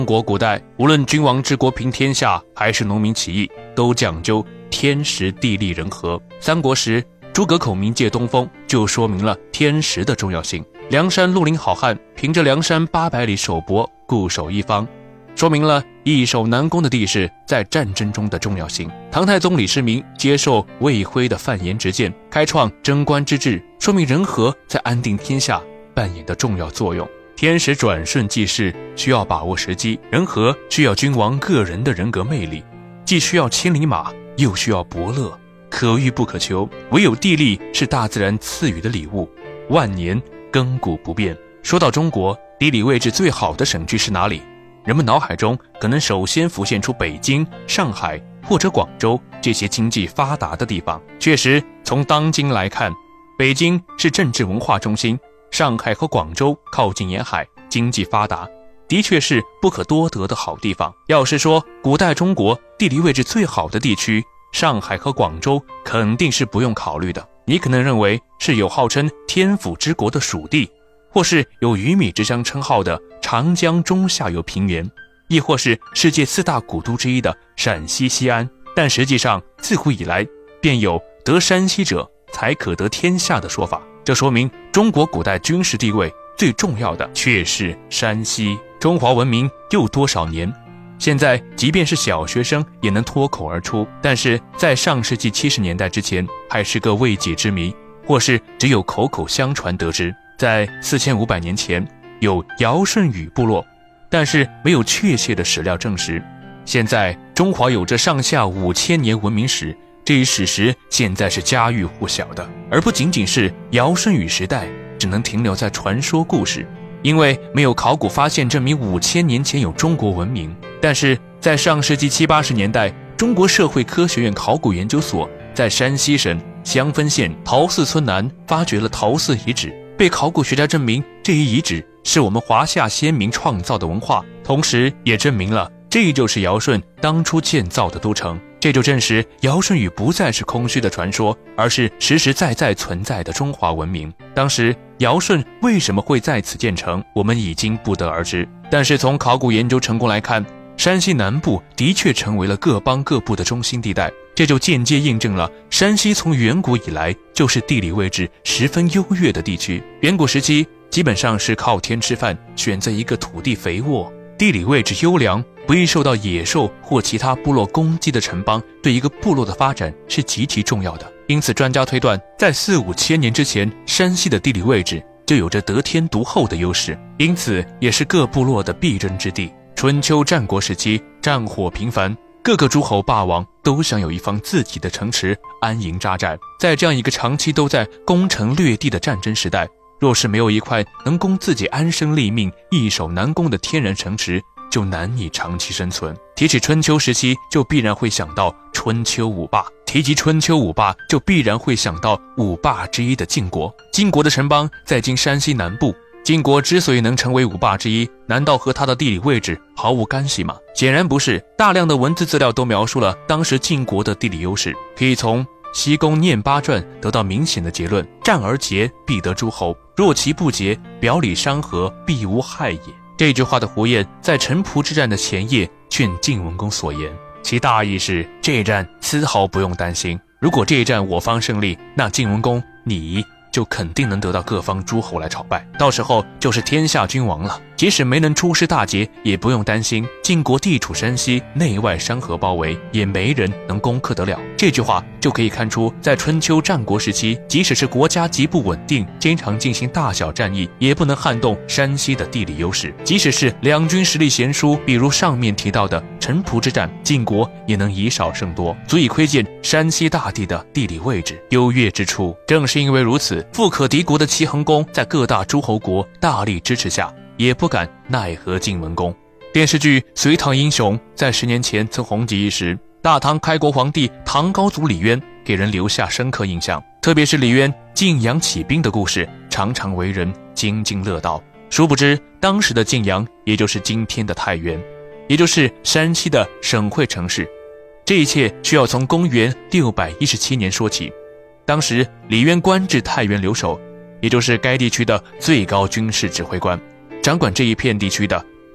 中国古代无论君王治国平天下，还是农民起义，都讲究天时地利人和。三国时，诸葛孔明借东风，就说明了天时的重要性。梁山绿林好汉凭着梁山800里守博，固守一方，说明了易守难攻的地势在战争中的重要性。唐太宗李世民接受魏辉的范言直谏，开创贞观之治，说明人和在安定天下扮演的重要作用。天时转瞬即逝，需要把握时机；人和需要君王个人的人格魅力，既需要千里马，又需要伯乐，可遇不可求。唯有地利是大自然赐予的礼物，万年亘古不变。说到中国地理位置最好的省区是哪里？人们脑海中可能首先浮现出北京、上海或者广州这些经济发达的地方。确实，从当今来看，北京是政治文化中心，上海和广州靠近沿海，经济发达，的确是不可多得的好地方。要是说古代中国地理位置最好的地区，上海和广州肯定是不用考虑的。你可能认为是有号称天府之国的蜀地，或是有鱼米之乡称号的长江中下游平原，亦或是世界4大古都之一的陕西西安。但实际上自古以来便有得山西者才可得天下的说法，这说明中国古代军事地位最重要的却是山西。中华文明又多少年？现在即便是小学生也能脱口而出，但是在上世纪70年代之前还是个未解之谜，或是只有口口相传得知。在4500年前有尧舜禹部落，但是没有确切的史料证实。现在中华有着上下5000年文明史，这一史实现在是家喻户晓的，而不仅仅是尧舜禹时代只能停留在传说故事。因为没有考古发现证明5000年前有中国文明，但是在上世纪70、80年代，中国社会科学院考古研究所在山西省襄汾县陶寺村南发掘了陶寺遗址，被考古学家证明这一遗址是我们华夏先民创造的文化，同时也证明了这就是尧舜当初建造的都城。这就证实尧舜禹不再是空虚的传说，而是实实在在存在的中华文明。当时尧舜为什么会在此建成，我们已经不得而知。但是从考古研究成功来看，山西南部的确成为了各邦各部的中心地带，这就间接印证了山西从远古以来就是地理位置十分优越的地区。远古时期基本上是靠天吃饭，选择一个土地肥沃、地理位置优良、不易受到野兽或其他部落攻击的城邦，对一个部落的发展是极其重要的。因此专家推断，在4、5千年之前，山西的地理位置就有着得天独厚的优势，因此也是各部落的必争之地。春秋战国时期战火频繁，各个诸侯霸王都想有一方自己的城池安营扎寨。在这样一个长期都在攻城略地的战争时代，若是没有一块能供自己安身立命、易守难攻的天然城池，就难以长期生存。提起春秋时期，就必然会想到春秋五霸；提及春秋五霸，就必然会想到五霸之一的晋国。晋国的城邦在今山西南部，晋国之所以能成为五霸之一，难道和它的地理位置毫无干系吗？显然不是。大量的文字资料都描述了当时晋国的地理优势，可以从西宫念八传得到明显的结论：战而捷，必得诸侯；若其不捷，表里山河，必无害也。这句话的胡彦在城濮之战的前夜劝晋文公所言，其大意是这一战丝毫不用担心，如果这一战我方胜利，那晋文公你就肯定能得到各方诸侯来朝拜，到时候就是天下君王了。即使没能出师大捷，也不用担心，晋国地处山西，内外山河包围，也没人能攻克得了。这句话就可以看出，在春秋战国时期，即使是国家极不稳定，经常进行大小战役，也不能撼动山西的地理优势。即使是两军实力悬殊，比如上面提到的城濮之战，晋国也能以少胜多，足以窥见山西大地的地理位置优越之处。正是因为如此，富可敌国的齐桓公在各大诸侯国大力支持下，也不敢奈何晋文公。电视剧《隋唐英雄》在10年前曾红极一时，大唐开国皇帝唐高祖李渊给人留下深刻印象，特别是李渊晋阳起兵的故事，常常为人津津乐道。殊不知，当时的晋阳，也就是今天的太原，也就是山西的省会城市。这一切需要从公元617年说起。当时李渊官至太原留守，也就是该地区的最高军事指挥官，掌管这一片地区的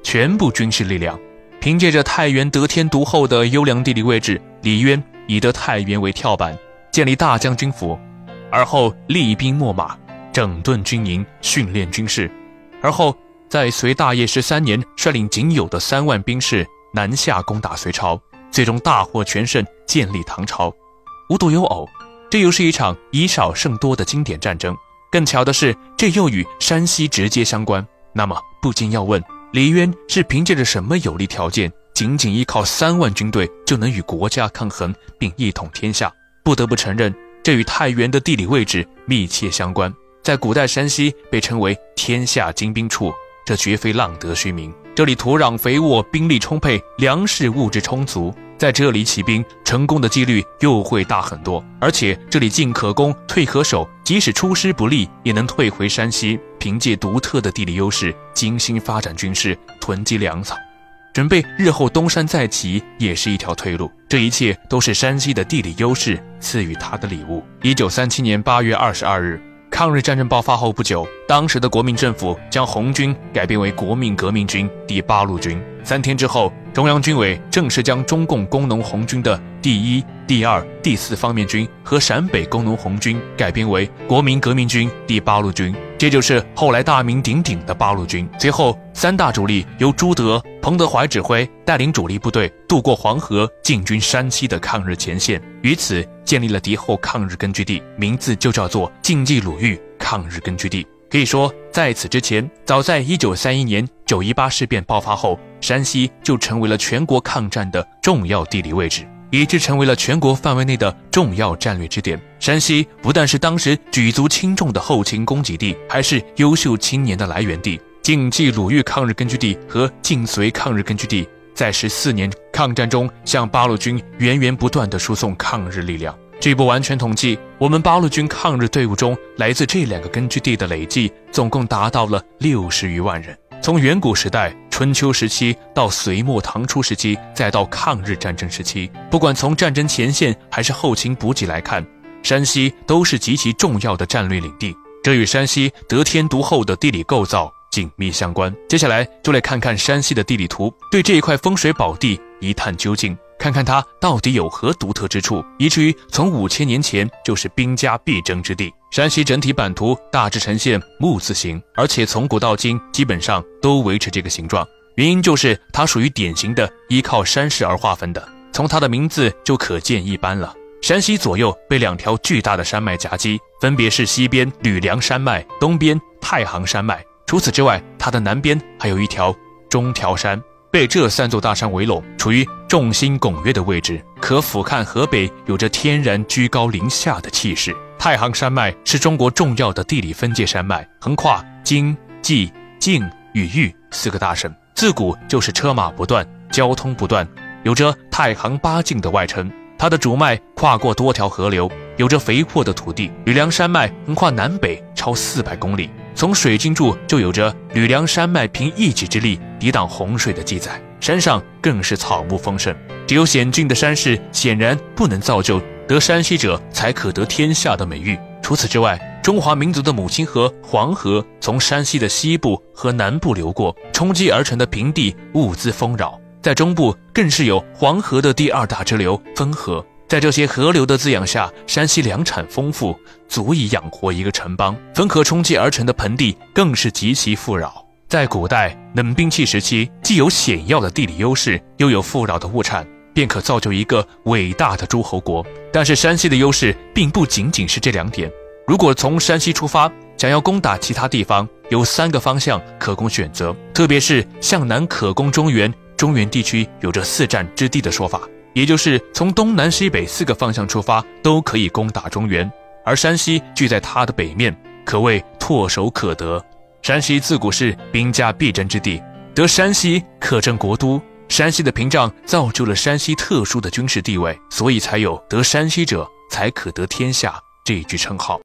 全部军事力量。凭借着太原得天独厚的优良地理位置，李渊以得太原为跳板，建立大将军府，而后厉兵秣马，整顿军营，训练军事，而后在隋大业13年率领仅有的3万兵士南下攻打隋朝，最终大获全胜，建立唐朝。无独有偶，这又是一场以少胜多的经典战争。更巧的是，这又与山西直接相关。那么不禁要问，李渊是凭借着什么有利条件，仅依靠3万军队就能与国家抗衡并一统天下？不得不承认，这与太原的地理位置密切相关。在古代山西被称为天下精兵处，这绝非浪得虚名。这里土壤肥沃，兵力充沛，粮食物质充足，在这里起兵成功的几率又会大很多。而且这里进可攻，退可守，即使出师不利也能退回山西，凭借独特的地理优势精心发展军事，囤积粮草，准备日后东山再起也是一条退路。这一切都是山西的地理优势赐予他的礼物。1937年8月22日，抗日战争爆发后不久，当时的国民政府将红军改编为国民革命军第8路军。3天之后，中央军委正式将中共工农红军的第1、第2、第4方面军和陕北工农红军改编为国民革命军第8路军，这就是后来大名鼎鼎的8路军。随后3大主力由朱德、彭德怀指挥，带领主力部队渡过黄河，进军山西的抗日前线，于此建立了敌后抗日根据地，名字就叫做晋冀鲁豫抗日根据地。可以说，在此之前，早在1931年9·18事变爆发后，山西就成为了全国抗战的重要地理位置，以致成为了全国范围内的重要战略支点。山西不但是当时举足轻重的后勤供给地，还是优秀青年的来源地。晋冀鲁豫抗日根据地和晋绥抗日根据地在14年抗战中向8路军源源不断地输送抗日力量。据不完全统计，我们8路军抗日队伍中来自这2个根据地的累计总共达到了60余万人。从远古时代、春秋时期到隋末唐初时期，再到抗日战争时期，不管从战争前线还是后勤补给来看，山西都是极其重要的战略领地，这与山西得天独厚的地理构造紧密相关。接下来就来看看山西的地理图，对这一块风水宝地一探究竟，看看它到底有何独特之处，以至于从5000年前就是兵家必争之地。山西整体版图大致呈现木字形，而且从古到今基本上都维持这个形状，原因就是它属于典型的依靠山势而划分的，从它的名字就可见一斑了。山西左右被2条巨大的山脉夹击，分别是西边吕梁山脉，东边太行山脉。除此之外，它的南边还有一条中条山，被这3座大山围拢，处于众星拱月的位置，可俯瞰河北，有着天然居高临下的气势。太行山脉是中国重要的地理分界山脉，横跨京、冀、晋与豫4个大省，自古就是车马不断，交通不断，有着太行8境的外称。它的主脉跨过多条河流，有着肥沃的土地。吕梁山脉横跨南北超400公里，从水军注就有着吕梁山脉凭一己之力抵挡洪水的记载，山上更是草木丰盛。只有险峻的山势显然不能造就得山西者才可得天下的美誉。除此之外，中华民族的母亲河黄河从山西的西部和南部流过，冲击而成的平地物资丰饶，在中部更是有黄河的第2大支流汾河。在这些河流的滋养下，山西粮产丰富，足以养活一个城邦。汾河冲击而成的盆地更是极其富饶。在古代冷兵器时期，既有险要的地理优势，又有富饶的物产，便可造就一个伟大的诸侯国。但是山西的优势并不仅仅是这2点。如果从山西出发，想要攻打其他地方，有3个方向可供选择，特别是向南可攻中原，中原地区有着4战之地的说法，也就是从东南西北4个方向出发都可以攻打中原，而山西居在它的北面，可谓唾手可得。山西自古是兵家必争之地，得山西可争国都，山西的屏障造就了山西特殊的军事地位，所以才有得山西者才可得天下这一句称号。